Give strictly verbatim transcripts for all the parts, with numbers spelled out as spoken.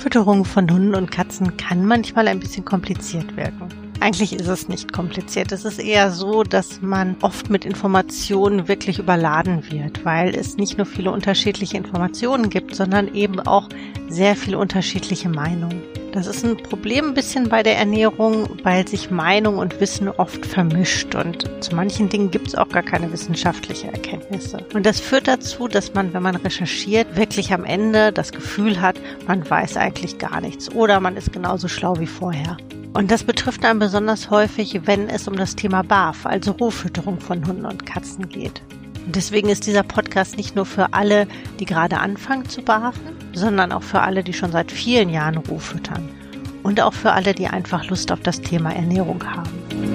Fütterung von Hunden und Katzen kann manchmal ein bisschen kompliziert wirken. Eigentlich ist es nicht kompliziert. Es ist eher so, dass man oft mit Informationen wirklich überladen wird, weil es nicht nur viele unterschiedliche Informationen gibt, sondern eben auch sehr viele unterschiedliche Meinungen. Das ist ein Problem ein bisschen bei der Ernährung, weil sich Meinung und Wissen oft vermischt und zu manchen Dingen gibt es auch gar keine wissenschaftliche Erkenntnisse. Und das führt dazu, dass man, wenn man recherchiert, wirklich am Ende das Gefühl hat, man weiß eigentlich gar nichts oder man ist genauso schlau wie vorher. Und das betrifft einen besonders häufig, wenn es um das Thema B A F, also Rohfütterung von Hunden und Katzen geht. Und deswegen ist dieser Podcast nicht nur für alle, die gerade anfangen zu barfen, sondern auch für alle, die schon seit vielen Jahren roh füttern. Und auch für alle, die einfach Lust auf das Thema Ernährung haben.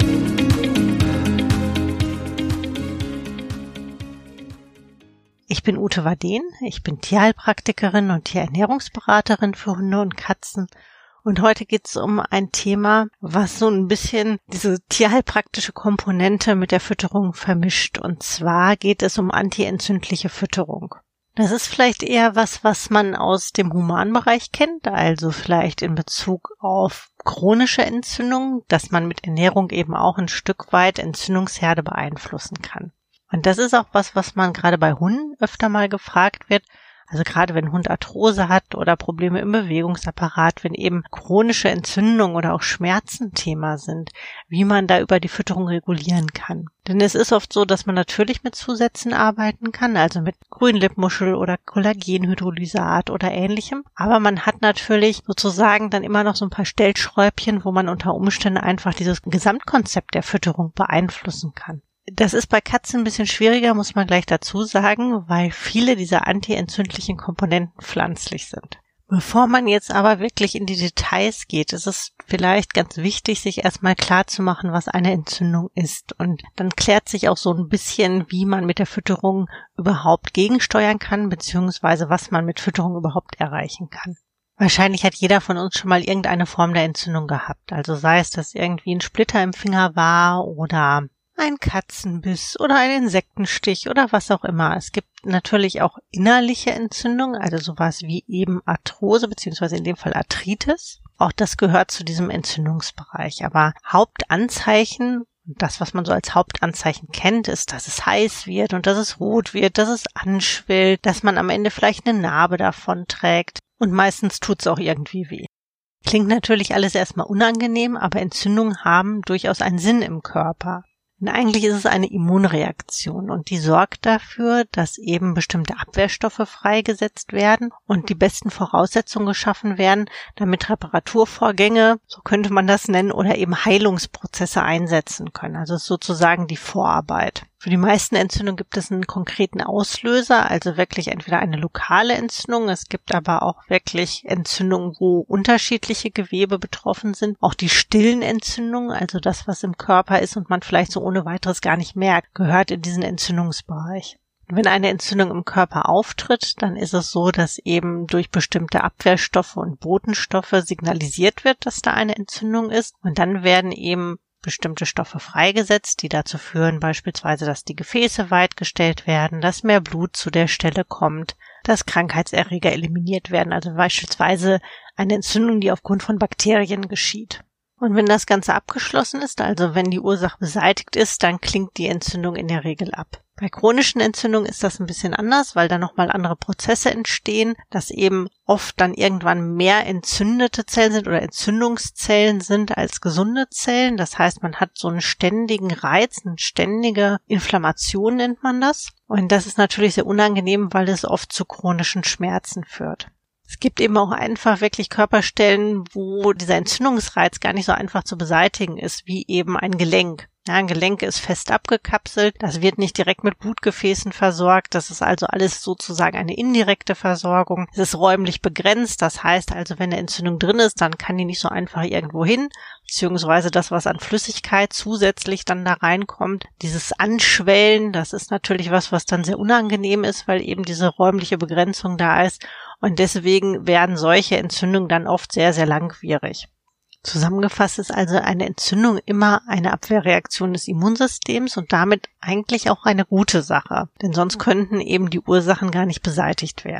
Ich bin Ute Warden, ich bin Tierheilpraktikerin und Tierernährungsberaterin für Hunde und Katzen. Und heute geht es um ein Thema, was so ein bisschen diese tierheilpraktische Komponente mit der Fütterung vermischt. Und zwar geht es um antientzündliche Fütterung. Das ist vielleicht eher was, was man aus dem Humanbereich kennt, also vielleicht in Bezug auf chronische Entzündungen, dass man mit Ernährung eben auch ein Stück weit Entzündungsherde beeinflussen kann. Und das ist auch was, was man gerade bei Hunden öfter mal gefragt wird. Also gerade wenn ein Hund Arthrose hat oder Probleme im Bewegungsapparat, wenn eben chronische Entzündungen oder auch Schmerzen Thema sind, wie man da über die Fütterung regulieren kann. Denn es ist oft so, dass man natürlich mit Zusätzen arbeiten kann, also mit Grünlippmuschel oder Kollagenhydrolysat oder ähnlichem. Aber man hat natürlich sozusagen dann immer noch so ein paar Stellschräubchen, wo man unter Umständen einfach dieses Gesamtkonzept der Fütterung beeinflussen kann. Das ist bei Katzen ein bisschen schwieriger, muss man gleich dazu sagen, weil viele dieser antientzündlichen Komponenten pflanzlich sind. Bevor man jetzt aber wirklich in die Details geht, ist es vielleicht ganz wichtig, sich erstmal klar zu machen, was eine Entzündung ist. Und dann klärt sich auch so ein bisschen, wie man mit der Fütterung überhaupt gegensteuern kann, beziehungsweise was man mit Fütterung überhaupt erreichen kann. Wahrscheinlich hat jeder von uns schon mal irgendeine Form der Entzündung gehabt. Also sei es, dass irgendwie ein Splitter im Finger war oder ein Katzenbiss oder ein Insektenstich oder was auch immer. Es gibt natürlich auch innerliche Entzündungen, also sowas wie eben Arthrose beziehungsweise in dem Fall Arthritis. Auch das gehört zu diesem Entzündungsbereich. Aber Hauptanzeichen, das, was man so als Hauptanzeichen kennt, ist, dass es heiß wird und dass es rot wird, dass es anschwillt, dass man am Ende vielleicht eine Narbe davon trägt und meistens tut es auch irgendwie weh. Klingt natürlich alles erstmal unangenehm, aber Entzündungen haben durchaus einen Sinn im Körper. Und eigentlich ist es eine Immunreaktion und die sorgt dafür, dass eben bestimmte Abwehrstoffe freigesetzt werden und die besten Voraussetzungen geschaffen werden, damit Reparaturvorgänge, so könnte man das nennen, oder eben Heilungsprozesse einsetzen können. Also es ist sozusagen die Vorarbeit. Für die meisten Entzündungen gibt es einen konkreten Auslöser, also wirklich entweder eine lokale Entzündung, es gibt aber auch wirklich Entzündungen, wo unterschiedliche Gewebe betroffen sind. Auch die stillen Entzündungen, also das, was im Körper ist und man vielleicht so ohne weiteres gar nicht merkt, gehört in diesen Entzündungsbereich. Wenn eine Entzündung im Körper auftritt, dann ist es so, dass eben durch bestimmte Abwehrstoffe und Botenstoffe signalisiert wird, dass da eine Entzündung ist und dann werden eben bestimmte Stoffe freigesetzt, die dazu führen beispielsweise, dass die Gefäße weitgestellt werden, dass mehr Blut zu der Stelle kommt, dass Krankheitserreger eliminiert werden, also beispielsweise eine Entzündung, die aufgrund von Bakterien geschieht. Und wenn das Ganze abgeschlossen ist, also wenn die Ursache beseitigt ist, dann klingt die Entzündung in der Regel ab. Bei chronischen Entzündungen ist das ein bisschen anders, weil da nochmal andere Prozesse entstehen, dass eben oft dann irgendwann mehr entzündete Zellen sind oder Entzündungszellen sind als gesunde Zellen. Das heißt, man hat so einen ständigen Reiz, eine ständige Inflammation nennt man das. Und das ist natürlich sehr unangenehm, weil es oft zu chronischen Schmerzen führt. Es gibt eben auch einfach wirklich Körperstellen, wo dieser Entzündungsreiz gar nicht so einfach zu beseitigen ist, wie eben ein Gelenk. Ja, ein Gelenk ist fest abgekapselt, das wird nicht direkt mit Blutgefäßen versorgt, das ist also alles sozusagen eine indirekte Versorgung. Es ist räumlich begrenzt, das heißt also, wenn eine Entzündung drin ist, dann kann die nicht so einfach irgendwo hin, beziehungsweise das, was an Flüssigkeit zusätzlich dann da reinkommt. Dieses Anschwellen, das ist natürlich was, was dann sehr unangenehm ist, weil eben diese räumliche Begrenzung da ist und deswegen werden solche Entzündungen dann oft sehr, sehr langwierig. Zusammengefasst ist also eine Entzündung immer eine Abwehrreaktion des Immunsystems und damit eigentlich auch eine gute Sache, denn sonst könnten eben die Ursachen gar nicht beseitigt werden.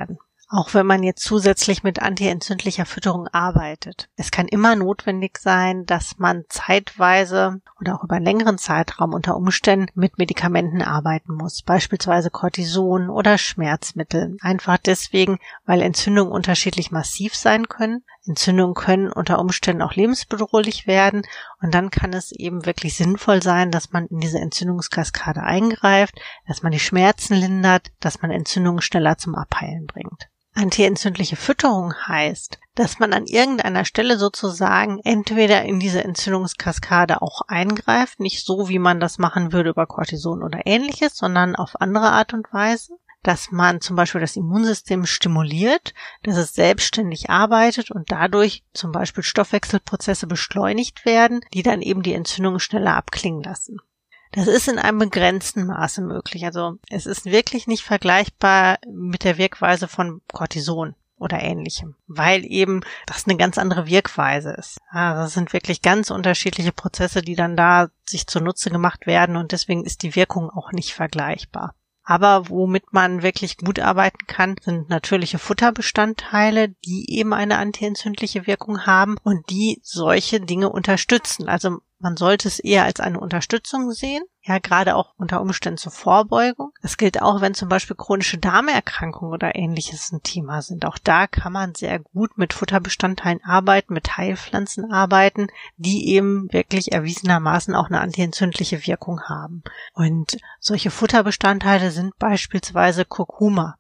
auch wenn man jetzt zusätzlich mit antientzündlicher Fütterung arbeitet. Es kann immer notwendig sein, dass man zeitweise oder auch über einen längeren Zeitraum unter Umständen mit Medikamenten arbeiten muss, beispielsweise Cortison oder Schmerzmittel. Einfach deswegen, weil Entzündungen unterschiedlich massiv sein können. Entzündungen können unter Umständen auch lebensbedrohlich werden und dann kann es eben wirklich sinnvoll sein, dass man in diese Entzündungskaskade eingreift, dass man die Schmerzen lindert, dass man Entzündungen schneller zum Abheilen bringt. Antientzündliche Fütterung heißt, dass man an irgendeiner Stelle sozusagen entweder in diese Entzündungskaskade auch eingreift, nicht so, wie man das machen würde über Cortison oder ähnliches, sondern auf andere Art und Weise, dass man zum Beispiel das Immunsystem stimuliert, dass es selbstständig arbeitet und dadurch zum Beispiel Stoffwechselprozesse beschleunigt werden, die dann eben die Entzündung schneller abklingen lassen. Das ist in einem begrenzten Maße möglich. Also es ist wirklich nicht vergleichbar mit der Wirkweise von Cortison oder Ähnlichem, weil eben das eine ganz andere Wirkweise ist. Also das sind wirklich ganz unterschiedliche Prozesse, die dann da sich zunutze gemacht werden und deswegen ist die Wirkung auch nicht vergleichbar. Aber womit man wirklich gut arbeiten kann, sind natürliche Futterbestandteile, die eben eine antientzündliche Wirkung haben und die solche Dinge unterstützen. Also man sollte es eher als eine Unterstützung sehen, ja, gerade auch unter Umständen zur Vorbeugung. Das gilt auch, wenn zum Beispiel chronische Darmerkrankungen oder Ähnliches ein Thema sind. Auch da kann man sehr gut mit Futterbestandteilen arbeiten, mit Heilpflanzen arbeiten, die eben wirklich erwiesenermaßen auch eine antientzündliche Wirkung haben. Und solche Futterbestandteile sind beispielsweise Kurkuma.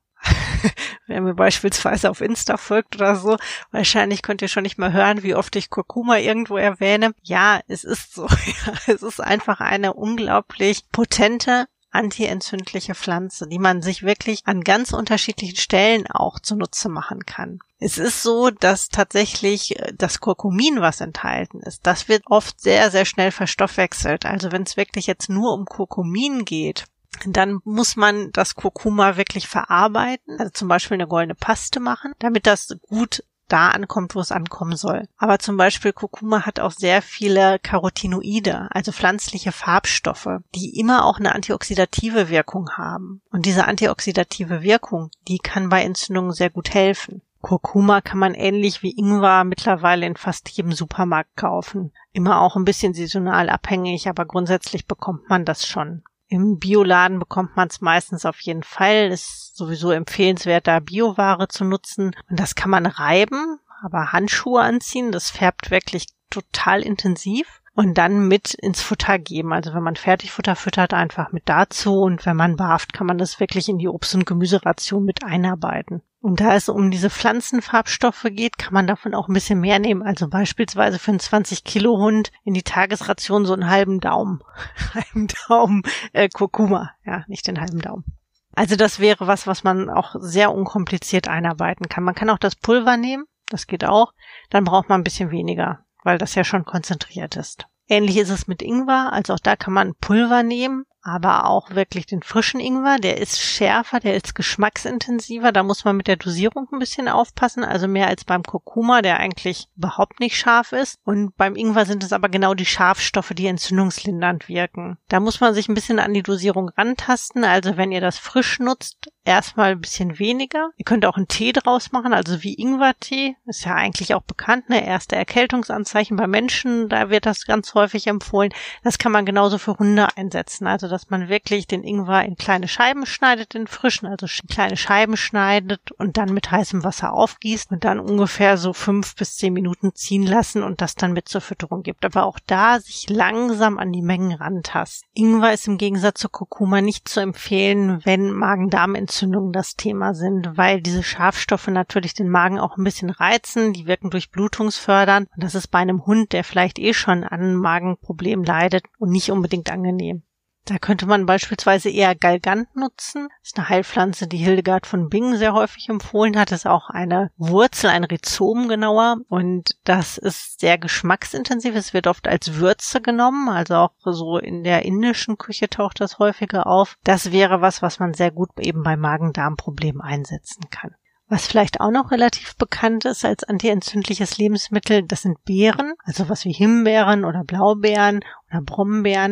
Wer mir beispielsweise auf Insta folgt oder so, wahrscheinlich könnt ihr schon nicht mehr hören, wie oft ich Kurkuma irgendwo erwähne. Ja, es ist so. Ja, es ist einfach eine unglaublich potente antientzündliche Pflanze, die man sich wirklich an ganz unterschiedlichen Stellen auch zunutze machen kann. Es ist so, dass tatsächlich das Kurkumin, was enthalten ist, das wird oft sehr, sehr schnell verstoffwechselt. Also wenn es wirklich jetzt nur um Kurkumin geht, dann muss man das Kurkuma wirklich verarbeiten, also zum Beispiel eine goldene Paste machen, damit das gut da ankommt, wo es ankommen soll. Aber zum Beispiel Kurkuma hat auch sehr viele Carotinoide, also pflanzliche Farbstoffe, die immer auch eine antioxidative Wirkung haben. Und diese antioxidative Wirkung, die kann bei Entzündungen sehr gut helfen. Kurkuma kann man ähnlich wie Ingwer mittlerweile in fast jedem Supermarkt kaufen. Immer auch ein bisschen saisonal abhängig, aber grundsätzlich bekommt man das schon. Im Bioladen bekommt man es meistens auf jeden Fall. Ist sowieso empfehlenswert, da Bioware zu nutzen. Und das kann man reiben, aber Handschuhe anziehen, das färbt wirklich total intensiv. Und dann mit ins Futter geben. Also wenn man Fertigfutter füttert, einfach mit dazu. Und wenn man barft, kann man das wirklich in die Obst- und Gemüseration mit einarbeiten. Und da es um diese Pflanzenfarbstoffe geht, kann man davon auch ein bisschen mehr nehmen. Also beispielsweise für einen zwanzig Kilo Hund in die Tagesration so einen halben Daumen. halben Daumen äh, Kurkuma. Ja, nicht den halben Daumen. Also das wäre was, was man auch sehr unkompliziert einarbeiten kann. Man kann auch das Pulver nehmen. Das geht auch. Dann braucht man ein bisschen weniger, weil das ja schon konzentriert ist. Ähnlich ist es mit Ingwer, also auch da kann man Pulver nehmen, aber auch wirklich den frischen Ingwer, der ist schärfer, der ist geschmacksintensiver, da muss man mit der Dosierung ein bisschen aufpassen, also mehr als beim Kurkuma, der eigentlich überhaupt nicht scharf ist. Und beim Ingwer sind es aber genau die Scharfstoffe, die entzündungslindernd wirken. Da muss man sich ein bisschen an die Dosierung rantasten, also wenn ihr das frisch nutzt, erstmal ein bisschen weniger. Ihr könnt auch einen Tee draus machen, also wie Ingwertee, ist ja eigentlich auch bekannt, ne, erste Erkältungsanzeichen bei Menschen, da wird das ganz häufig empfohlen. Das kann man genauso für Hunde einsetzen, also dass man wirklich den Ingwer in kleine Scheiben schneidet, den frischen, also kleine Scheiben schneidet und dann mit heißem Wasser aufgießt und dann ungefähr so fünf bis zehn Minuten ziehen lassen und das dann mit zur Fütterung gibt. Aber auch da sich langsam an die Mengen rantasten. Ingwer ist im Gegensatz zu Kurkuma nicht zu empfehlen, wenn Magen-Darm-Entzündungen das Thema sind, weil diese Scharfstoffe natürlich den Magen auch ein bisschen reizen, die wirken durchblutungsfördernd und das ist bei einem Hund, der vielleicht eh schon an Magenproblemen leidet und nicht unbedingt angenehm. Da könnte man beispielsweise eher Galgant nutzen. Das ist eine Heilpflanze, die Hildegard von Bingen sehr häufig empfohlen hat. Das ist auch eine Wurzel, ein Rhizom genauer. Und das ist sehr geschmacksintensiv. Es wird oft als Würze genommen. Also auch so in der indischen Küche taucht das häufiger auf. Das wäre was, was man sehr gut eben bei Magen-Darm-Problemen einsetzen kann. Was vielleicht auch noch relativ bekannt ist als antientzündliches Lebensmittel, das sind Beeren. Also was wie Himbeeren oder Blaubeeren oder Brombeeren.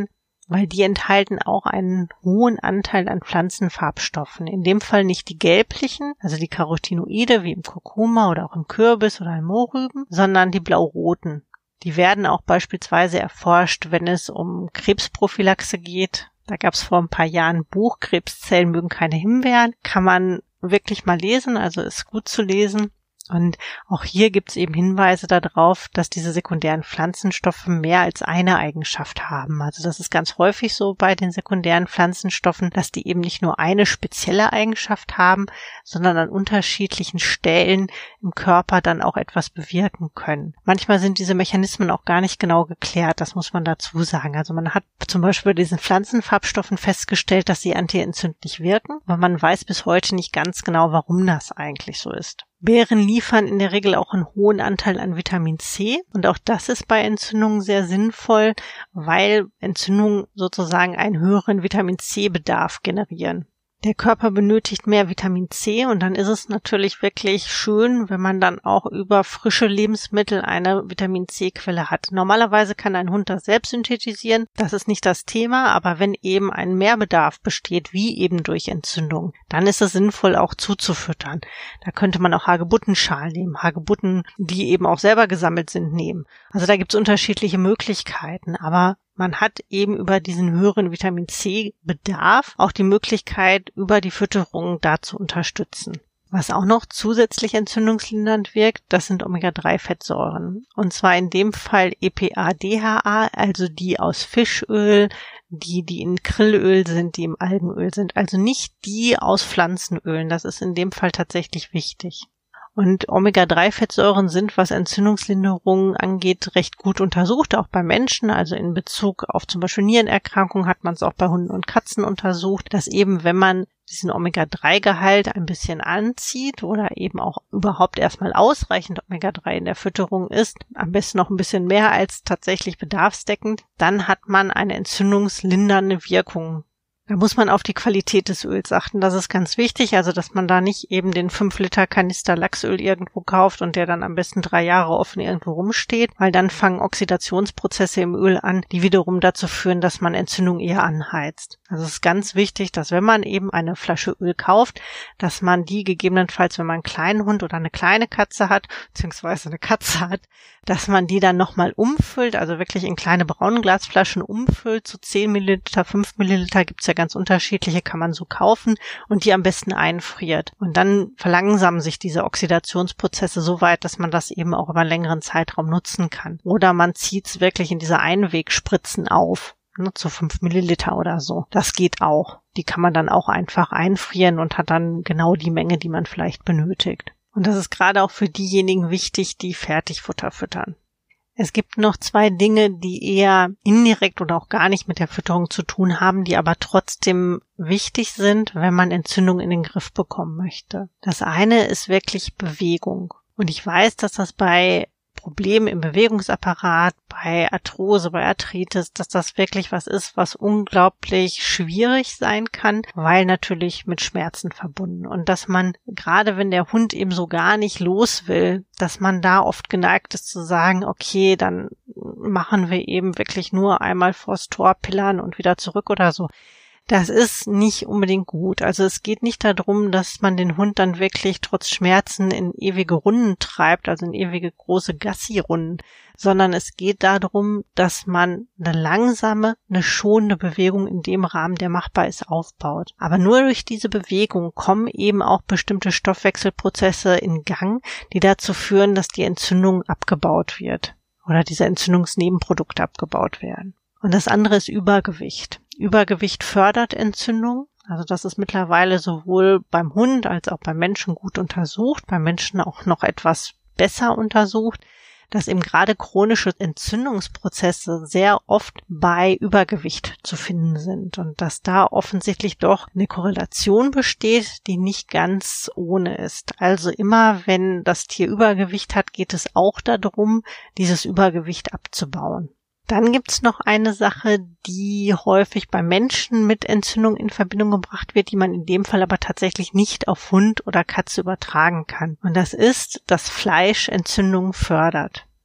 weil die enthalten auch einen hohen Anteil an Pflanzenfarbstoffen. In dem Fall nicht die gelblichen, also die Carotinoide wie im Kurkuma oder auch im Kürbis oder im Mohrrüben, sondern die blau-roten. Die werden auch beispielsweise erforscht, wenn es um Krebsprophylaxe geht. Da gab es vor ein paar Jahren ein Buch, Krebszellen mögen keine Himbeeren. Kann man wirklich mal lesen, also ist gut zu lesen. Und auch hier gibt es eben Hinweise darauf, dass diese sekundären Pflanzenstoffe mehr als eine Eigenschaft haben. Also das ist ganz häufig so bei den sekundären Pflanzenstoffen, dass die eben nicht nur eine spezielle Eigenschaft haben, sondern an unterschiedlichen Stellen im Körper dann auch etwas bewirken können. Manchmal sind diese Mechanismen auch gar nicht genau geklärt, das muss man dazu sagen. Also man hat zum Beispiel bei diesen Pflanzenfarbstoffen festgestellt, dass sie antientzündlich wirken, aber man weiß bis heute nicht ganz genau, warum das eigentlich so ist. Beeren liefern in der Regel auch einen hohen Anteil an Vitamin C und auch das ist bei Entzündungen sehr sinnvoll, weil Entzündungen sozusagen einen höheren Vitamin C-Bedarf generieren. Der Körper benötigt mehr Vitamin C und dann ist es natürlich wirklich schön, wenn man dann auch über frische Lebensmittel eine Vitamin C-Quelle hat. Normalerweise kann ein Hund das selbst synthetisieren, das ist nicht das Thema, aber wenn eben ein Mehrbedarf besteht, wie eben durch Entzündung, dann ist es sinnvoll auch zuzufüttern. Da könnte man auch Hagebuttenschalen nehmen, Hagebutten, die eben auch selber gesammelt sind, nehmen. Also da gibt es unterschiedliche Möglichkeiten, aber man hat eben über diesen höheren Vitamin C-Bedarf auch die Möglichkeit, über die Fütterung da zu unterstützen. Was auch noch zusätzlich entzündungslindernd wirkt, das sind Omega drei Fettsäuren. Und zwar in dem Fall E P A D H A, also die aus Fischöl, die, die in Krillöl sind, die im Algenöl sind. Also nicht die aus Pflanzenölen. Das ist in dem Fall tatsächlich wichtig. Und Omega drei Fettsäuren sind, was Entzündungslinderung angeht, recht gut untersucht, auch bei Menschen. Also in Bezug auf zum Beispiel Nierenerkrankungen hat man es auch bei Hunden und Katzen untersucht, dass eben, wenn man diesen Omega drei Gehalt ein bisschen anzieht oder eben auch überhaupt erstmal ausreichend Omega drei in der Fütterung ist, am besten noch ein bisschen mehr als tatsächlich bedarfsdeckend, dann hat man eine entzündungslindernde Wirkung. Da muss man auf die Qualität des Öls achten. Das ist ganz wichtig, also dass man da nicht eben den fünf Liter Kanister Lachsöl irgendwo kauft und der dann am besten drei Jahre offen irgendwo rumsteht, weil dann fangen Oxidationsprozesse im Öl an, die wiederum dazu führen, dass man Entzündung eher anheizt. Also es ist ganz wichtig, dass wenn man eben eine Flasche Öl kauft, dass man die gegebenenfalls, wenn man einen kleinen Hund oder eine kleine Katze hat, beziehungsweise eine Katze hat, dass man die dann nochmal umfüllt, also wirklich in kleine Braunglasflaschen umfüllt, zu zehn Milliliter, fünf Milliliter gibt's ja ganz unterschiedliche, kann man so kaufen und die am besten einfriert. Und dann verlangsamen sich diese Oxidationsprozesse so weit, dass man das eben auch über einen längeren Zeitraum nutzen kann. Oder man zieht es wirklich in diese Einwegspritzen auf, ne, zu fünf Milliliter oder so. Das geht auch. Die kann man dann auch einfach einfrieren und hat dann genau die Menge, die man vielleicht benötigt. Und das ist gerade auch für diejenigen wichtig, die Fertigfutter füttern. Es gibt noch zwei Dinge, die eher indirekt oder auch gar nicht mit der Fütterung zu tun haben, die aber trotzdem wichtig sind, wenn man Entzündung in den Griff bekommen möchte. Das eine ist wirklich Bewegung. Und ich weiß, dass das bei Problemen im Bewegungsapparat, bei Arthrose, bei Arthritis, dass das wirklich was ist, was unglaublich schwierig sein kann, weil natürlich mit Schmerzen verbunden. Und dass man, gerade wenn der Hund eben so gar nicht los will, dass man da oft geneigt ist zu sagen, okay, dann machen wir eben wirklich nur einmal vors Tor pillern und wieder zurück oder so. Das ist nicht unbedingt gut. Also es geht nicht darum, dass man den Hund dann wirklich trotz Schmerzen in ewige Runden treibt, also in ewige große Gassi-Runden, sondern es geht darum, dass man eine langsame, eine schonende Bewegung in dem Rahmen, der machbar ist, aufbaut. Aber nur durch diese Bewegung kommen eben auch bestimmte Stoffwechselprozesse in Gang, die dazu führen, dass die Entzündung abgebaut wird oder diese Entzündungsnebenprodukte abgebaut werden. Und das andere ist Übergewicht. Übergewicht fördert Entzündung. Also das ist mittlerweile sowohl beim Hund als auch beim Menschen gut untersucht, beim Menschen auch noch etwas besser untersucht, dass eben gerade chronische Entzündungsprozesse sehr oft bei Übergewicht zu finden sind und dass da offensichtlich doch eine Korrelation besteht, die nicht ganz ohne ist. Also immer, wenn das Tier Übergewicht hat, geht es auch darum, dieses Übergewicht abzubauen. Dann gibt's noch eine Sache, die häufig bei Menschen mit Entzündung in Verbindung gebracht wird, die man in dem Fall aber tatsächlich nicht auf Hund oder Katze übertragen kann. Und das ist, dass Fleisch Entzündung fördert.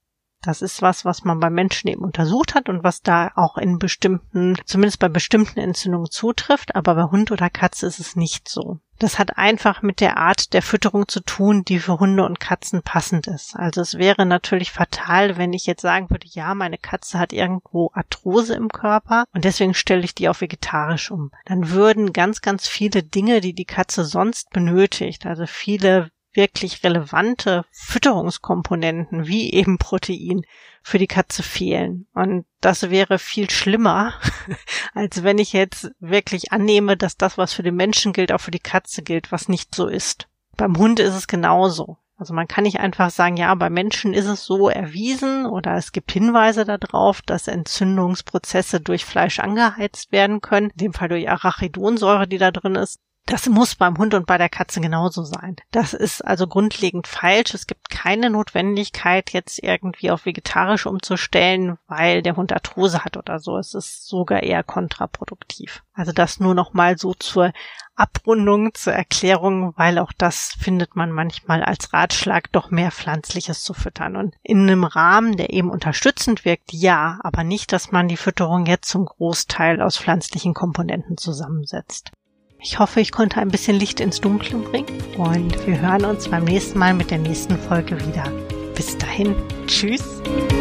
Das ist was, was man bei Menschen eben untersucht hat und was da auch in bestimmten, zumindest bei bestimmten Entzündungen zutrifft, aber bei Hund oder Katze ist es nicht so. Das hat einfach mit der Art der Fütterung zu tun, die für Hunde und Katzen passend ist. Also es wäre natürlich fatal, wenn ich jetzt sagen würde, ja, meine Katze hat irgendwo Arthrose im Körper und deswegen stelle ich die auf vegetarisch um. Dann würden ganz, ganz viele Dinge, die die Katze sonst benötigt, also viele wirklich relevante Fütterungskomponenten wie eben Protein für die Katze fehlen. Und das wäre viel schlimmer, als wenn ich jetzt wirklich annehme, dass das, was für den Menschen gilt, auch für die Katze gilt, was nicht so ist. Beim Hund ist es genauso. Also man kann nicht einfach sagen, ja, bei Menschen ist es so erwiesen oder es gibt Hinweise darauf, dass Entzündungsprozesse durch Fleisch angeheizt werden können, in dem Fall durch Arachidonsäure, die da drin ist. Das muss beim Hund und bei der Katze genauso sein. Das ist also grundlegend falsch. Es gibt keine Notwendigkeit, jetzt irgendwie auf vegetarisch umzustellen, weil der Hund Arthrose hat oder so. Es ist sogar eher kontraproduktiv. Also das nur noch mal so zur Abrundung, zur Erklärung, weil auch das findet man manchmal als Ratschlag, doch mehr Pflanzliches zu füttern. Und in einem Rahmen, der eben unterstützend wirkt, ja, aber nicht, dass man die Fütterung jetzt zum Großteil aus pflanzlichen Komponenten zusammensetzt. Ich hoffe, ich konnte ein bisschen Licht ins Dunkle bringen und wir hören uns beim nächsten Mal mit der nächsten Folge wieder. Bis dahin, tschüss!